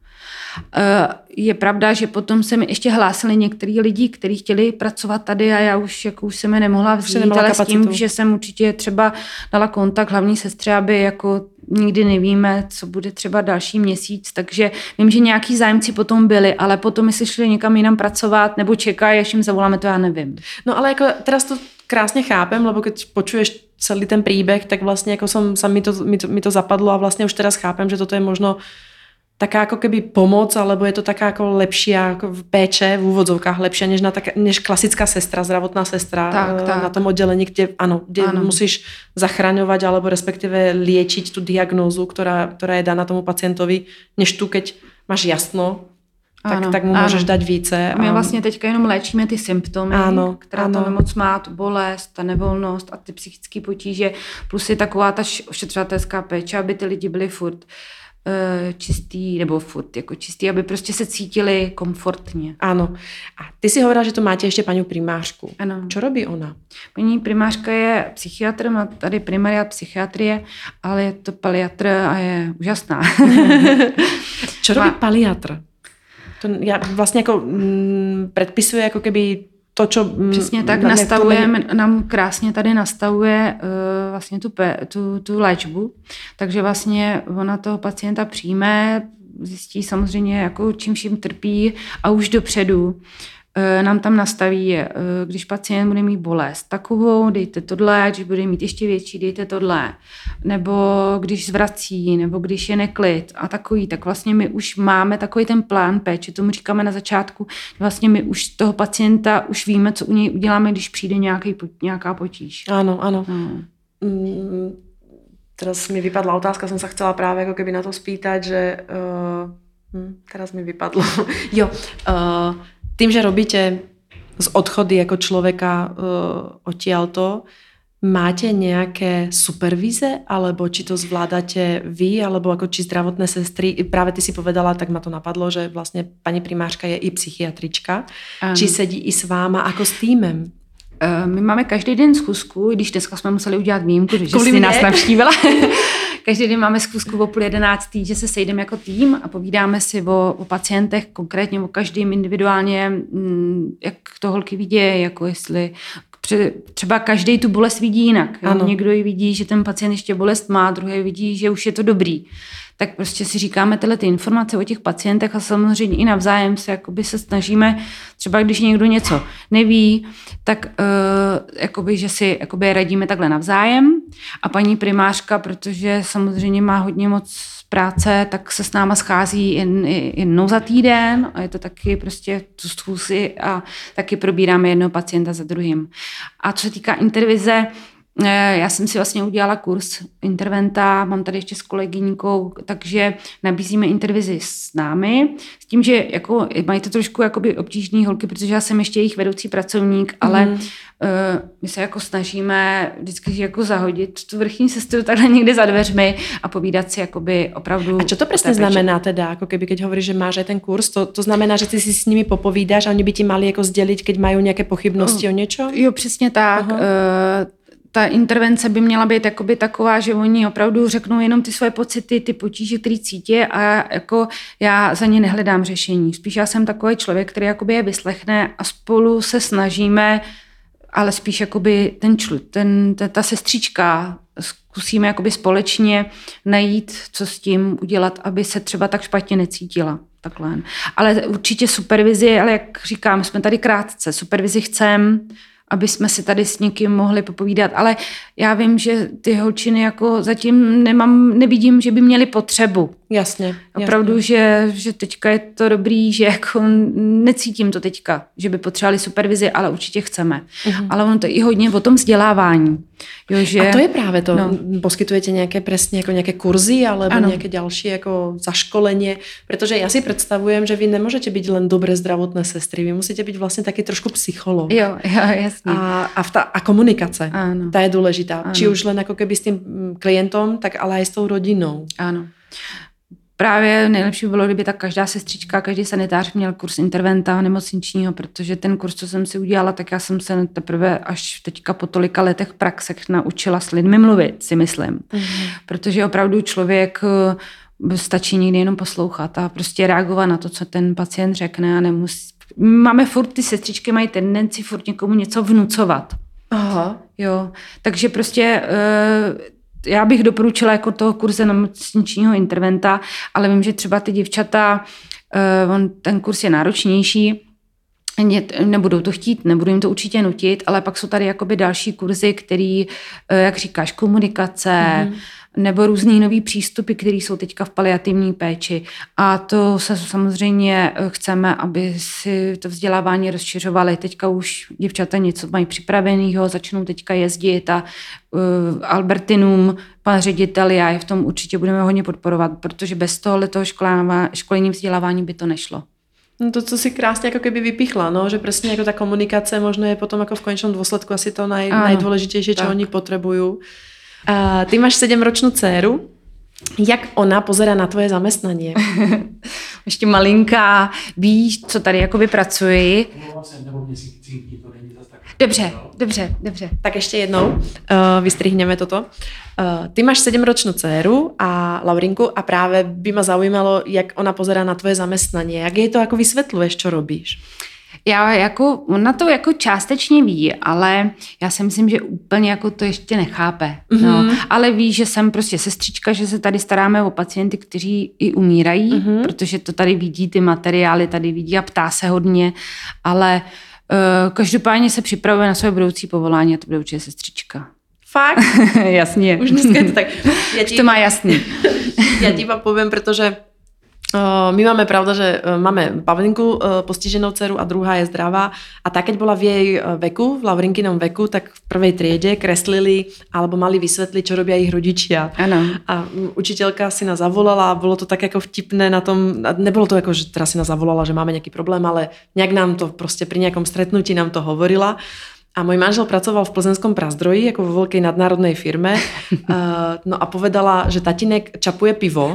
Speaker 3: Je pravda, že potom se mi ještě hlásili některý lidi, kteří chtěli pracovat tady a já už, jako už jsem je nemohla vzít, ale kapacitu. S tím, že jsem určitě třeba dala kontakt hlavní sestře, aby jako nikdy nevíme, co bude třeba další měsíc, takže vím, že nějaký zájemci potom byli, ale potom jestli šli někam jinam pracovat nebo čekají, až jim zavoláme, to já nevím.
Speaker 2: No ale jako teraz to krásně chápem, lebo keď počuješ celý ten príbeh, tak vlastně jako som, sam mi, to, mi, to, mi to zapadlo a vlastně už teraz chápem, že toto je možno taká ako keby pomoc, alebo je to taká jako lepší jako péče v úvodzovkách, lepší než, na tak, než klasická sestra, zdravotná sestra tak, tak. na tom oddělení, kde, ano, kde ano. musíš zachraňovat alebo respektive liečiť tú diagnózu, ktorá, ktorá je daná tomu pacientovi, než tu, keď máš jasno, tak, tak mu můžeš dát více.
Speaker 3: A my vlastně teďka jenom léčíme ty symptomy, ano, která ano. ta nemoc má, tu bolest, ta nevolnost a ty psychické potíže, plus je taková ta ošetřovatelská péče, aby ty lidi byli furt čistý, nebo furt jako čistý, aby prostě se cítili komfortně.
Speaker 2: Ano. A ty si hovorila, že tu máte ještě paní primářku.
Speaker 3: Ano.
Speaker 2: Čo robí ona?
Speaker 3: Paní primářka je psychiatr, má tady primariát psychiatrie, ale je to paliatr a je úžasná.
Speaker 2: Čo robí má... paliatr? To já vlastně jako mm, předpisuje jako keby to, čo...
Speaker 3: Přesně tak, nastavuje, nám krásně tady nastavuje uh, vlastně tu, tu, tu léčbu, takže vlastně ona toho pacienta přijme, zjistí samozřejmě, jako čím vším trpí a už dopředu uh, nám tam nastaví, uh, když pacient bude mít bolest takovou, dejte tohle, když bude mít ještě větší, dejte tohle, nebo když zvrací, nebo když je neklid a takový, tak vlastně my už máme takový ten plán péče, tomu říkáme na začátku, vlastně my už toho pacienta už víme, co u něj uděláme, když přijde nějaký, nějaká potíž.
Speaker 2: Ano, ano. No. Mm, teraz mi vypadla otázka, jsem se chcela právě jako keby na to spýtať, že uh, hm, teraz mi vypadlo. jo, uh, tým, že robíte z odchody jako člověka uh, odtiaľto, máte nějaké supervíze, alebo či to zvládáte vy, alebo ako či zdravotné sestry, práve ty si povedala, tak ma to napadlo, že vlastne pani primářka je i psychiatrička, ano. Či sedí i s váma ako s týmem?
Speaker 3: my máme každý den schůzku, když dneska jsme museli udělat výjimku, že
Speaker 2: Kvůli
Speaker 3: jsi
Speaker 2: mě?
Speaker 3: nás navštívila. Každý den máme schůzku o půl jedenáctý, že se sejdeme jako tým a povídáme si o, o pacientech, konkrétně o každým individuálně, jak to holky vidí, jako jestli třeba každý tu bolest vidí jinak. Jo? Někdo ji vidí, že ten pacient ještě bolest má, druhý vidí, že už je to dobrý. Tak prostě si říkáme tyhle ty informace o těch pacientech a samozřejmě i navzájem se jakoby se snažíme, třeba když někdo něco neví, tak uh, jakoby, že si jakoby radíme takhle navzájem. A paní primářka, protože samozřejmě má hodně moc práce, tak se s náma schází jen, jednou za týden a je to taky prostě tu schůzi a taky probíráme jednoho pacienta za druhým. A co se týká intervize, já jsem si vlastně udělala kurz interventa, mám tady ještě s kolegyňkou, takže nabízíme intervizi s námi, s tím, že jako, mají to trošku jakoby obtížný holky, protože já jsem ještě jejich vedoucí pracovník, ale mm. uh, my se jako snažíme vždycky jako zahodit tu vrchní sestru takhle někde za dveřmi a povídat si jakoby opravdu...
Speaker 2: A čo to presne znamená teda, ako keby keď hovoríš, že máš aj ten kurz, to, to znamená, že ty si s nimi popovídáš a oni by ti mali jako sdělit, keď majú nejaké pochybnosti uh, o niečo?
Speaker 3: Jo, přesně tak. Uh, ta intervence by měla být jakoby taková, že oni opravdu řeknou jenom ty svoje pocity, ty potíže, které cítí a jako já za ně nehledám řešení. Spíš já jsem takový člověk, který jakoby je vyslechne a spolu se snažíme, ale spíš jakoby ten čl, ten, ta, ta sestřička, zkusíme jakoby společně najít, co s tím udělat, aby se třeba tak špatně necítila. Takhle. Ale určitě supervizi, ale jak říkám, jsme tady krátce, supervizi chcem, aby jsme si tady s někým mohli popovídat, ale já vím, že ty holčiny jako zatím nemám, nevidím, že by měly potřebu.
Speaker 2: Jasně.
Speaker 3: Opravdu,
Speaker 2: jasně.
Speaker 3: Že, že teďka je to dobrý, že jako necítím to teďka, že by potřebovali supervizi, ale určitě chceme. Uh-huh. Ale ono to je i hodně o tom vzdělávání. Jo, že,
Speaker 2: a to je právě to.
Speaker 3: No.
Speaker 2: Poskytujete nějaké presne jako nějaké kurzy alebo
Speaker 3: ano.
Speaker 2: nějaké další jako zaškolenie, protože já si představujem, že vy nemůžete být len dobré zdravotné sestry, vy musíte být vlastně taky trošku psycholog.
Speaker 3: Jo, jo, jasně.
Speaker 2: A, a, ta, a komunikace,
Speaker 3: ano.
Speaker 2: ta je důležitá.
Speaker 3: Ano.
Speaker 2: Či už len jako keby s tím klientom, tak ale aj s tou rodinou.
Speaker 3: Ano. Právě nejlepší bylo, kdyby tak každá sestřička, každý sanitář měl kurz interventa nemocničního, protože ten kurz, co jsem si udělala, tak já jsem se teprve až teďka po tolika letech praxech naučila s lidmi mluvit, si myslím. Mm-hmm. Protože opravdu člověk stačí někdy jenom poslouchat a prostě reagovat na to, co ten pacient řekne a nemusí. Máme furt, ty sestřičky mají tendenci furt někomu něco vnucovat.
Speaker 2: Aha.
Speaker 3: Jo, takže prostě... Uh, já bych doporučila jako toho kurze nemocničního interventa, ale vím, že třeba ty děvčata, on, ten kurz je náročnější, nebudou to chtít, nebudou jim to určitě nutit, ale pak jsou tady jakoby další kurzy, který, jak říkáš, komunikace, mm-hmm. nebo různý nový přístupy, které jsou teďka v paliativní péči. A to se samozřejmě chceme, aby si to vzdělávání rozšiřovali. Teďka už děvčata něco mají připraveného, začnou teďka jezdit a uh, Albertinum, pan ředitel, já je v tom určitě budeme hodně podporovat, protože bez tohoto školení vzdělávání by to nešlo.
Speaker 2: No to, co si krásně jako keby vypichla, no, že přesně jako ta komunikace možno je potom jako v konečnom dôsledku asi to naj, najdôležitejšie, čo oni potrebujú. Uh, ty máš sedemročnú dceru. Jak ona pozerá na tvoje zamestnanie?
Speaker 3: Ještě malinká, víš, co tady jakoby pracuji. Dobře, dobře, dobře.
Speaker 2: Tak ještě jednou uh, vystrihneme toto. Uh, ty máš sedemročnú dceru a Laurinku a právě by ma zaujímalo, jak ona pozerá na tvoje zamestnanie. Jak jej to jako vysvětluješ, čo robíš?
Speaker 3: Já jako, ona to jako částečně ví, ale já si myslím, že úplně jako to ještě nechápe. Mm-hmm. No, ale ví, že jsem prostě sestřička, že se tady staráme o pacienty, kteří i umírají, mm-hmm. protože to tady vidí, ty materiály tady vidí a ptá se hodně, ale uh, každopádně se připravuje na své budoucí povolání a to bude určitě sestřička.
Speaker 2: Fakt?
Speaker 3: Jasně.
Speaker 2: Už dneska je to tak.
Speaker 3: Já ti, to má jasný.
Speaker 2: Já ti vám poviem, protože Uh, my máme, pravda, že uh, máme Pavlinku, uh, postiženou dceru a druhá je zdravá a tak, keď bola v jej uh, veku, v Laurinkinom veku, tak v prvej triede kreslili alebo mali vysvetliť, čo robia ich rodičia.
Speaker 3: Ano.
Speaker 2: A um, učiteľka si nás zavolala a bolo to tak ako vtipné na tom, nebolo to ako, že teraz si nás zavolala, že máme nejaký problém, ale nejak nám to proste pri nejakom stretnutí nám to hovorila. A môj manžel pracoval v plzeňskom Prazdroji, ako vo veľkej nadnárodnej firme. Uh, no a povedala, že tatínek čapuje pivo,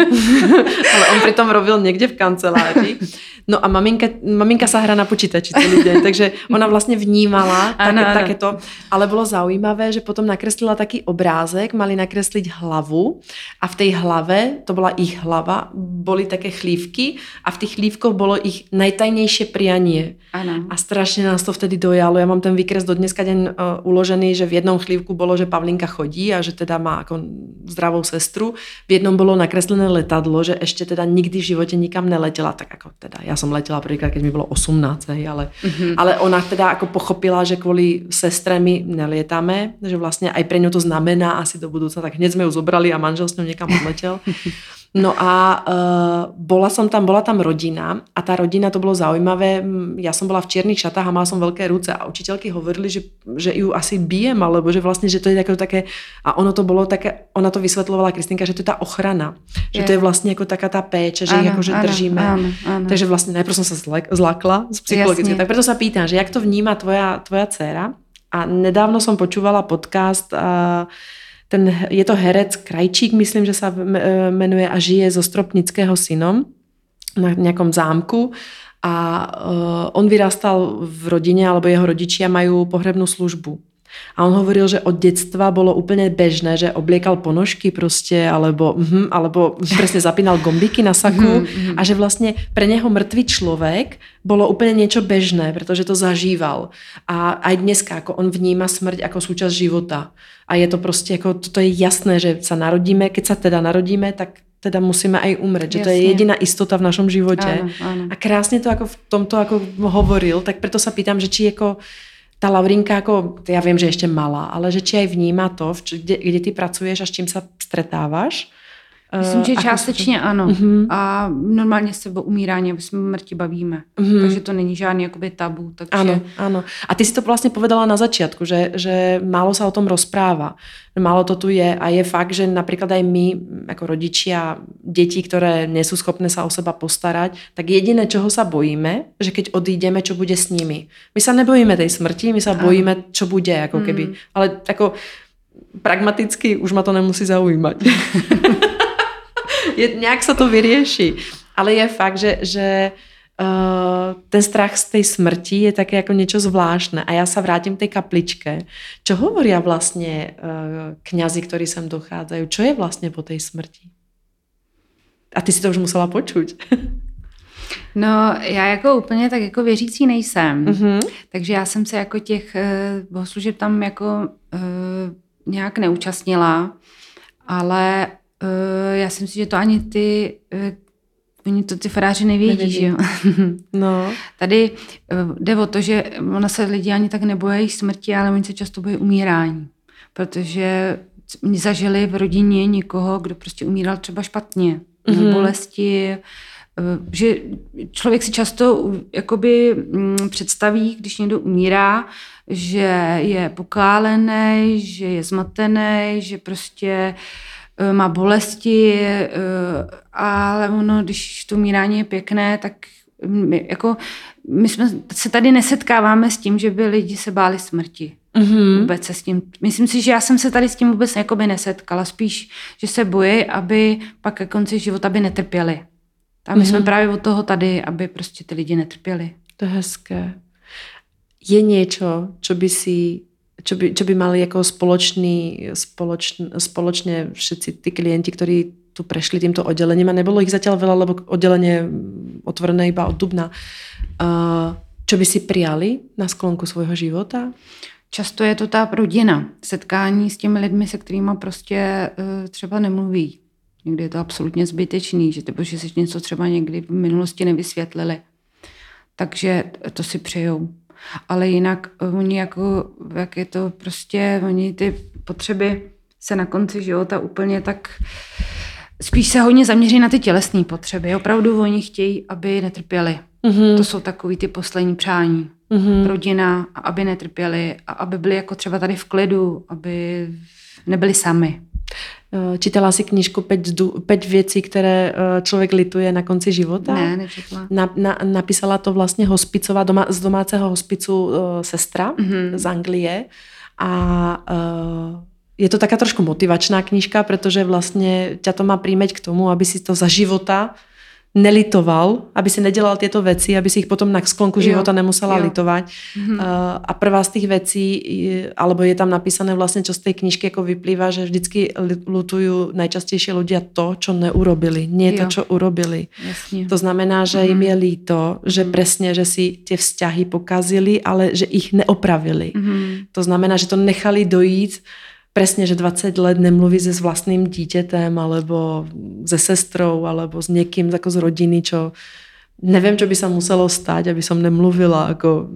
Speaker 2: ale on pritom robil niekde v kancelárii. No a maminka, maminka sa hrá na počítači celý deň, takže ona vlastne vnímala
Speaker 3: ano,
Speaker 2: také,
Speaker 3: ano.
Speaker 2: takéto. Ale bolo zaujímavé, že potom nakreslila taký obrázek, mali nakresliť hlavu a v tej hlave, to bola ich hlava, boli také chlívky a v tých chlívkoch bolo ich najtajnejšie prianie.
Speaker 3: Ano.
Speaker 2: A strašne nás to vtedy dojalo. Ja mám ten výkres do dneska deň uh, uložený, že v jednom chlívku bolo, že Pavlinka chodí a že teda má ako zdravou sestru. V jednom bolo nakreslené letadlo, že ešte teda nikdy v živote nikam neletela. Tak ako teda, ja som letela prvýkrát, keď mi bolo osemnásť, ale, mm-hmm. ale ona teda ako pochopila, že kvôli sestre my nelietame, že vlastne aj pre ňu to znamená asi do budúcna. Tak hneď sme ju zobrali a manžel s ňou niekam odletel. No a uh, bola som tam, bola tam rodina a tá rodina, to bolo zaujímavé, ja som bola v čiernych šatách a mala som veľké ruce a učiteľky hovorili, že, že ju asi bijem, alebo že vlastne, že to je také, také a ono to bolo také, ona to vysvetľovala Kristýnka, že to je tá ochrana, že je. To je vlastne ako taká tá péče, že ano, ich akože ano, držíme. Ano, ano. Takže vlastne najprv som sa zlakla z psychologické, tak preto sa pýtam, že jak to vníma tvoja, tvoja dcéra a nedávno som počúvala podcast a ten, je to herec Krajčík, myslím, že sa menuje a žije so Stropnického synom na nejakom zámku a uh, on vyrastal v rodine, alebo jeho rodičia majú pohrebnú službu. A on hovoril, že od detstva bolo úplne bežné, že obliekal ponožky proste, alebo, mm, alebo presne zapínal gombíky na saku mm-hmm. a že vlastne pre neho mŕtvý človek bolo úplne niečo bežné, pretože to zažíval. A aj dneska, ako on vníma smrť ako súčasť života. A je to proste, ako, toto je jasné, že sa narodíme, keď sa teda narodíme, tak teda musíme aj umrieť. Že to je jediná istota v našom živote. Áno, áno. A krásne to ako v tomto ako hovoril, tak preto sa pýtam, že či ako tá Laurinka, ako, ja viem, že je ešte malá, ale že či aj vníma to, kde, kde ty pracuješ a s čím sa stretávaš?
Speaker 3: Myslím, že částečně to... ano. Uh-huh. A normálně se o umírání a smrti bavíme. Uh-huh. Takže to není žádný jakoby tabu. Takže...
Speaker 2: Áno, áno. A ty si to vlastne povedala na začiatku, že, že málo sa o tom rozpráva. Málo to tu je a je fakt, že napríklad aj my, ako rodičia detí, ktoré nie sú schopné sa o seba postarať, tak jediné, čoho sa bojíme, že keď odídeme, čo bude s nimi. My sa nebojíme tej smrti, my sa bojíme, čo bude, ako keby. Uh-huh. Ale ako pragmaticky už ma to nemusí zaujímať. Je, nejak sa to vyrieši. Ale je fakt, že, že uh, ten strach z tej smrti je také ako niečo zvláštne. A ja sa vrátim k tej kapličke. Čo hovoria vlastne uh, kňazi, ktorí sem dochádzajú? Čo je vlastne po tej smrti? A ty si to už musela počuť.
Speaker 3: No, já jako úplně tak jako věřící nejsem.
Speaker 2: Uh-huh.
Speaker 3: Takže já jsem se jako těch uh, bohoslužeb tam jako uh, nějak neúčastnila. Ale Uh, já si myslím, že to ani ty, uh, oni to ty faráři nevědí, nevědí. Že jo?
Speaker 2: No.
Speaker 3: Tady uh, jde o to, že ona se lidi ani tak nebojí smrti, ale oni se často bojí umírání. Protože oni zažili v rodině někoho, kdo prostě umíral třeba špatně, mm-hmm. bolesti, uh, že člověk si často jakoby um, představí, když někdo umírá, že je pokálený, že je zmatený, že prostě má bolesti, ale ono, když to umírání je pěkné, tak my, jako, my jsme se tady nesetkáváme s tím, že by lidi se báli smrti. Mm-hmm. Vůbec se s tím. Myslím si, že já jsem se tady s tím vůbec jakoby nesetkala. Spíš, že se bojí, aby pak ke konci života by netrpěli. A my mm-hmm. jsme právě od toho tady, aby prostě ty lidi netrpěli.
Speaker 2: To je hezké. Je niečo, čo by si Čo by, čo by mali ako spoločný, spoločn, spoločne všetci tí klienti, ktorí tu prešli týmto oddelením a nebolo ich zatiaľ veľa, lebo oddelenie otvorené iba od dubna. Uh, čo by si prijali na sklonku svojho života?
Speaker 3: Často je to tá rodina. Setkání s těmi lidmi, se kterými prostě uh, třeba nemluví. Někdy je to absolutně zbytečný, že, nebo že si něco třeba někdy v minulosti nevysvětlili. Takže to si přejou. Ale jinak oni jako, jak je to prostě, oni ty potřeby se na konci života úplně tak, spíš se hodně zaměří na ty tělesné potřeby. Opravdu oni chtějí, aby netrpěli. Mm-hmm. To jsou takový ty poslední přání. Mm-hmm. Rodina, aby netrpěli a aby byli jako třeba tady v klidu, aby nebyli sami.
Speaker 2: Čítala si knížku Pět věcí, které člověk lituje na konci života?
Speaker 3: Ne, nečetla.
Speaker 2: Na, na, napísala to vlastně hospicová, doma, z domácího hospicu uh, sestra mm-hmm. z Anglie a uh, je to taká trošku motivačná knížka, protože vlastně ťa to má príjmeť k tomu, aby si to za života nelitoval, aby si nedělal tieto veci, aby si ich potom na sklonku jo, života nemusela jo. litovať. Mm-hmm. Uh, a prvá z tých vecí, alebo je tam napísané vlastne, čo z tej knižky ako vyplýva, že vždycky lutujú najčastejšie ľudia to, čo neurobili. Nie to, čo urobili.
Speaker 3: Jasně.
Speaker 2: To znamená, že mm-hmm. im je líto, že mm-hmm. presne, že si tie vzťahy pokazili, ale že ich neopravili. Mm-hmm. To znamená, že to nechali dojít presne, že dvadsať let nemluví se s vlastným dítětem alebo se sestrou alebo s někým jako z rodiny, čo nevím, čo by sa muselo stať, aby som nemluvila jako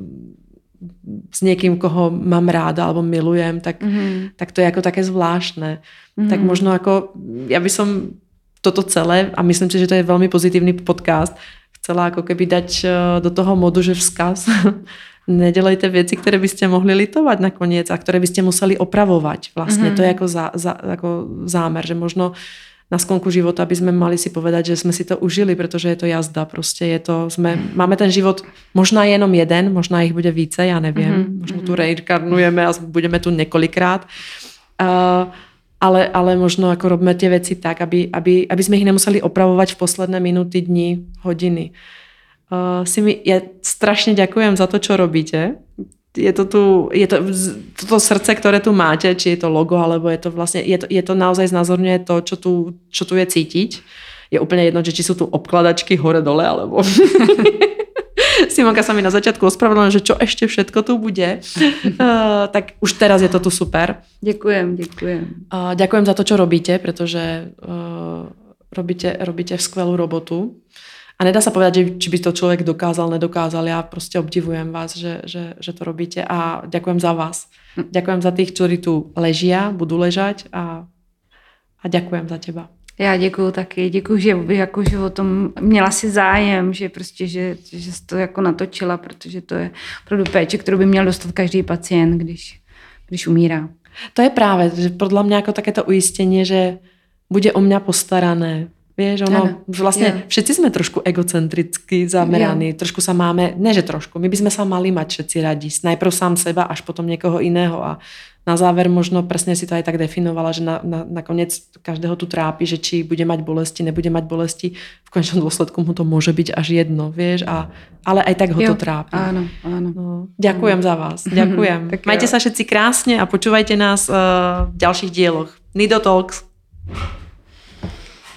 Speaker 2: s někým, koho mám ráda alebo milujem, tak, mm-hmm. tak to je jako také zvláštne. Mm-hmm. Tak možno jako, ja by som toto celé, a myslím si, že to je veľmi pozitívny podcast, chcela ako keby dať do toho modu, že vzkaz nedělejte věci, které byste mohli litovat nakonec a které byste museli opravovat. Vlastně mm-hmm. to je jako, za, za, jako zámer, že možno na sklonku života by sme mali si povedať, že jsme si to užili, protože je to jazda. Prostě je to, jsme, máme ten život možná jenom jeden, možná jich bude více, já nevím. Mm-hmm. Možno tu reinkarnujeme a budeme tu několikrát. Uh, ale, ale možno jako robíme tie veci tak, aby, aby, aby jsme jich nemuseli opravovat v posledné minuty, dní, hodiny. Uh, si mi, ja strašne ďakujem za to, čo robíte. Je to tu, je to, toto srdce, ktoré tu máte, či je to logo, alebo je to vlastne, je to, je to naozaj znázorňuje to, čo tu, čo tu je cítiť. Je úplne jedno, že či sú tu obkladačky hore dole, alebo Simonka sa mi na začiatku ospravedlnila, že čo ešte všetko tu bude. Uh, tak už teraz je to tu super.
Speaker 3: Ďakujem, ďakujem.
Speaker 2: Uh, ďakujem za to, čo robíte, pretože uh, robíte, robíte skvelú robotu. A nedá sa povedať, že či by to človek dokázal, nedokázal. Ja proste obdivujem vás, že, že, že to robíte a ďakujem za vás. Ďakujem za tých, ktorí tu ležia, budú ležať a, a ďakujem za teba.
Speaker 3: Já děkuju taky, děkuju, že, jako, že o tom měla si zájem, že prostě, že, že jsi to jako natočila, protože to je opravdu péče, kterou by měl dostat každý pacient, když, když umírá.
Speaker 2: To je právě, že podľa mňa ako takéto uistenie, že bude o mňa postarané. Vieš, ono, ano, vlastne jo. Všetci sme trošku egocentricky zameraní, jo. Trošku sa máme, ne že trošku, my by sme sa mali mať všetci radi, najprv sám seba, až potom niekoho iného a na záver možno presne si to aj tak definovala, že na, na, nakoniec každého tu trápi, že či bude mať bolesti, nebude mať bolesti, v konečnom dôsledku mu to môže byť až jedno, vieš, a, ale aj tak ho
Speaker 3: jo,
Speaker 2: to trápi.
Speaker 3: Áno, áno.
Speaker 2: No, ďakujem áno. za vás, ďakujem. Majte sa všetci krásne a počúvajte nás uh, v ďalších dieloch. Nido Talks.